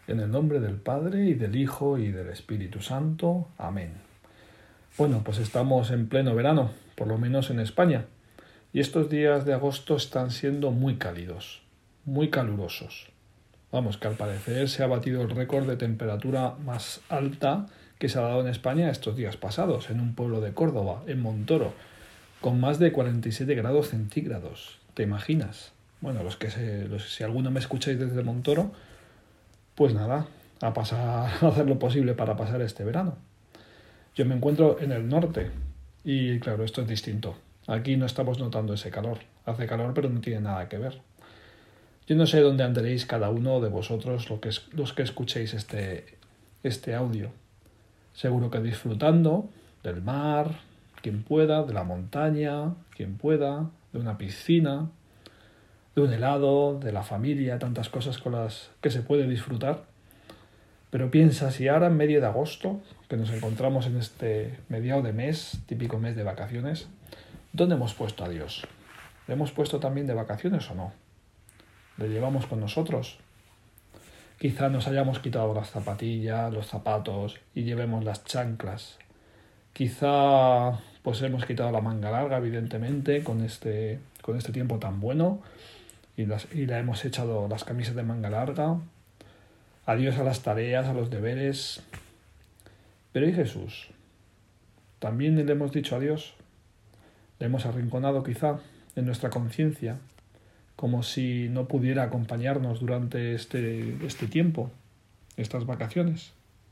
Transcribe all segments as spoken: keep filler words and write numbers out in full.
En el nombre del Padre, y del Hijo, y del Espíritu Santo. Amén. Bueno, pues estamos en pleno verano, por lo menos en España, y estos días de agosto están siendo muy cálidos, muy calurosos. Vamos, que al parecer se ha batido el récord de temperatura más alta que se ha dado en España estos días pasados, en un pueblo de Córdoba, en Montoro, con más de cuarenta y siete grados centígrados. ¿Te imaginas? Bueno, los que se, los, si alguno me escucháis desde Montoro, pues nada, a pasar, a hacer lo posible para pasar este verano. Yo me encuentro en el norte y claro, esto es distinto. Aquí no estamos notando ese calor. Hace calor, pero no tiene nada que ver. Yo no sé dónde andaréis cada uno de vosotros, los que, los que escuchéis este, este audio. Seguro que disfrutando del mar, quien pueda, de la montaña, quien pueda, de una piscina, de un helado, de la familia, tantas cosas con las que se puede disfrutar. Pero piensa, si ahora en medio de agosto, que nos encontramos en este mediado de mes, típico mes de vacaciones, ¿dónde hemos puesto a Dios? ¿Le hemos puesto también de vacaciones o no? ¿Le llevamos con nosotros? Quizá nos hayamos quitado las zapatillas, los zapatos y llevemos las chanclas. Quizá pues hemos quitado la manga larga, evidentemente, con este, con este tiempo tan bueno, y, las, y le hemos echado las camisas de manga larga. Adiós a las tareas, a los deberes. Pero ¿y Jesús? ¿También le hemos dicho adiós? ¿Le hemos arrinconado quizá en nuestra conciencia, como si no pudiera acompañarnos durante este, este tiempo, estas vacaciones?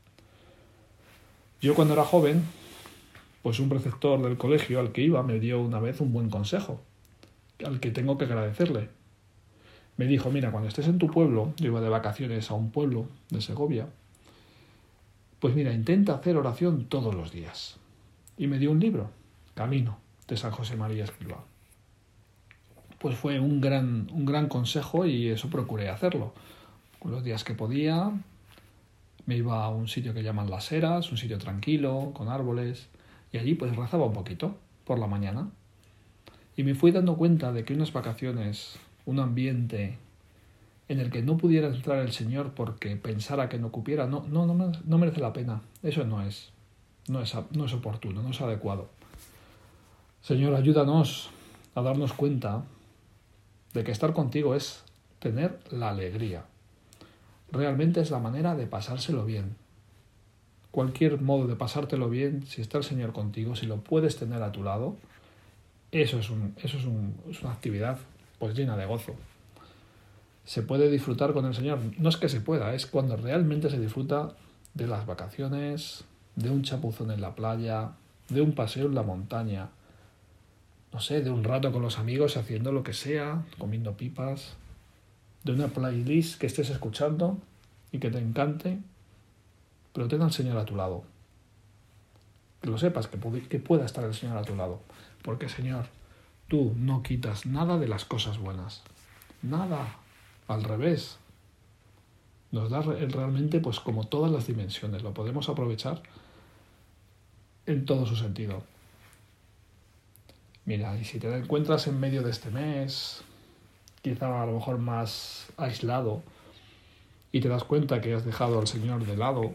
Yo cuando era joven, pues un preceptor del colegio al que iba me dio una vez un buen consejo, al que tengo que agradecerle. Me dijo, mira, cuando estés en tu pueblo, yo iba de vacaciones a un pueblo de Segovia, pues mira, intenta hacer oración todos los días. Y me dio un libro, Camino, de San José María Escrivá. Pues fue un gran, un gran consejo y eso procuré hacerlo. Los días que podía, me iba a un sitio que llaman Las Heras, un sitio tranquilo, con árboles, y allí pues rezaba un poquito, por la mañana. Y me fui dando cuenta de que unas vacaciones, un ambiente en el que no pudiera entrar el Señor porque pensara que no cupiera, no, no, no, no merece la pena. Eso no es, no es, no es oportuno, no es adecuado. Señor, ayúdanos a darnos cuenta de que estar contigo es tener la alegría. Realmente es la manera de pasárselo bien. Cualquier modo de pasártelo bien, si está el Señor contigo, si lo puedes tener a tu lado, eso es, un, eso es, un, es una actividad pues llena de gozo. Se puede disfrutar con el Señor. No es que se pueda, es cuando realmente se disfruta de las vacaciones, de un chapuzón en la playa, de un paseo en la montaña, no sé, de un rato con los amigos haciendo lo que sea, comiendo pipas, de una playlist que estés escuchando y que te encante, pero ten al Señor a tu lado. Que lo sepas, que, que pueda estar el Señor a tu lado. Porque, Señor, tú no quitas nada de las cosas buenas. Nada. Al revés. Nos da realmente, pues como todas las dimensiones. Lo podemos aprovechar en todo su sentido. Mira, y si te encuentras en medio de este mes, quizá a lo mejor más aislado, y te das cuenta que has dejado al Señor de lado,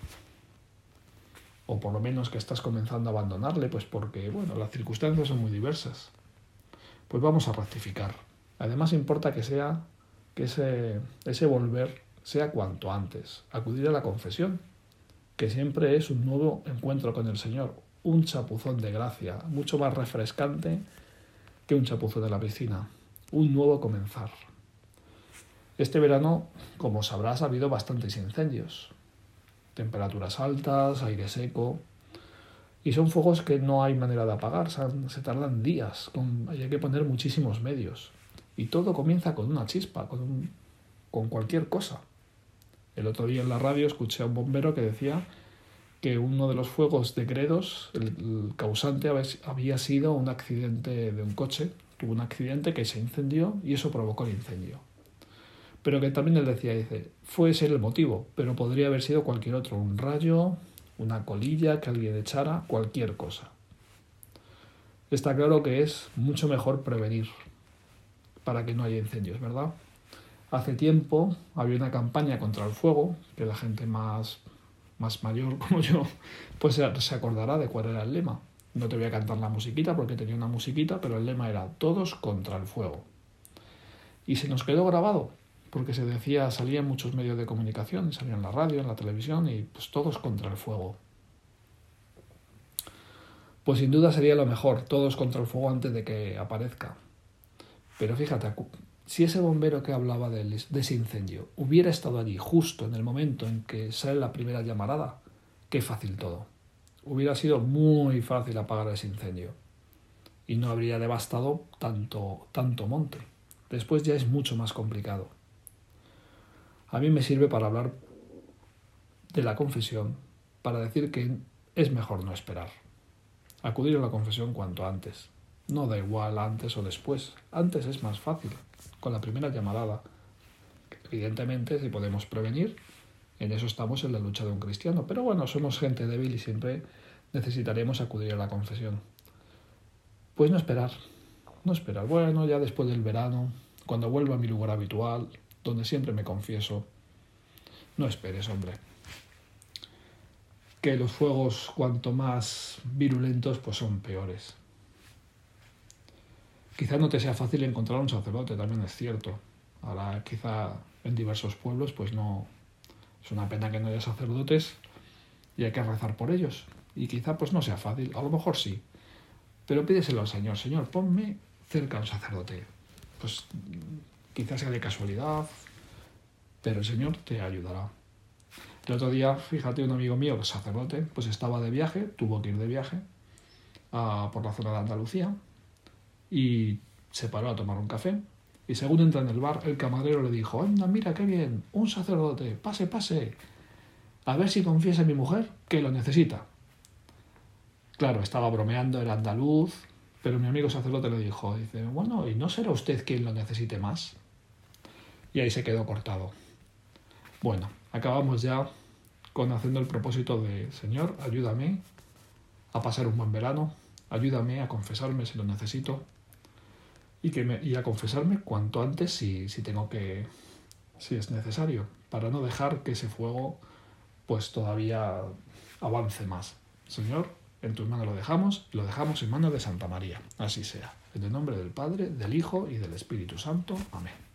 o por lo menos que estás comenzando a abandonarle, pues porque, bueno, las circunstancias son muy diversas, pues vamos a rectificar. Además importa que sea, que ese, ese volver sea cuanto antes, acudir a la confesión, que siempre es un nuevo encuentro con el Señor, un chapuzón de gracia, mucho más refrescante que un chapuzón de la piscina, un nuevo comenzar. Este verano, como sabrás, ha habido bastantes incendios. Temperaturas altas, aire seco, y son fuegos que no hay manera de apagar, se tardan días, con, hay que poner muchísimos medios. Y todo comienza con una chispa, con, un, con cualquier cosa. El otro día en la radio escuché a un bombero que decía que uno de los fuegos de Gredos, el, el causante había sido un accidente de un coche, tuvo un accidente que se incendió y eso provocó el incendio. Pero que también él decía, dice, fue ese el motivo, pero podría haber sido cualquier otro, un rayo, una colilla que alguien echara, cualquier cosa. Está claro que es mucho mejor prevenir para que no haya incendios, ¿verdad? Hace tiempo había una campaña contra el fuego, que la gente más, más mayor como yo pues se acordará de cuál era el lema. No te voy a cantar la musiquita porque tenía una musiquita, pero el lema era todos contra el fuego. Y se nos quedó grabado, porque se decía, salía en muchos medios de comunicación, salía en la radio, en la televisión, y pues todos contra el fuego. Pues sin duda sería lo mejor, todos contra el fuego antes de que aparezca. Pero fíjate, si ese bombero que hablaba de ese incendio hubiera estado allí justo en el momento en que sale la primera llamarada, qué fácil todo. Hubiera sido muy fácil apagar ese incendio y no habría devastado tanto, tanto monte. Después ya es mucho más complicado. A mí me sirve para hablar de la confesión, para decir que es mejor no esperar. Acudir a la confesión cuanto antes. No da igual antes o después. Antes es más fácil, con la primera llamarada. Evidentemente, si podemos prevenir, en eso estamos en la lucha de un cristiano. Pero bueno, somos gente débil y siempre necesitaremos acudir a la confesión. Pues no esperar. No esperar. Bueno, ya después del verano, cuando vuelva a mi lugar habitual, donde siempre me confieso, no esperes, hombre. Que los fuegos, cuanto más virulentos, pues son peores. Quizá no te sea fácil encontrar un sacerdote, también es cierto. Ahora quizá en diversos pueblos pues no, es una pena que no haya sacerdotes y hay que rezar por ellos. Y quizá pues no sea fácil, a lo mejor sí. Pero pídeselo al Señor, Señor, ponme cerca a un sacerdote. Pues quizá sea de casualidad, pero el Señor te ayudará. El otro día, fíjate, un amigo mío, sacerdote, pues estaba de viaje, tuvo que ir de viaje a, por la zona de Andalucía, y se paró a tomar un café y según entra en el bar el camarero le dijo, anda, mira qué bien, un sacerdote, pase, pase, a ver si confiesa mi mujer que lo necesita. Claro, estaba bromeando, era andaluz, pero mi amigo sacerdote le dijo, dice, bueno, ¿y no será usted quien lo necesite más? Y ahí se quedó cortado. Bueno, acabamos ya con haciendo el propósito de, Señor, ayúdame a pasar un buen verano, ayúdame a confesarme si lo necesito, y, que me, y a confesarme cuanto antes si, si tengo que, si es necesario, para no dejar que ese fuego pues todavía avance más. Señor, en tus manos lo dejamos, lo dejamos en manos de Santa María. Así sea. En el nombre del Padre, del Hijo y del Espíritu Santo. Amén.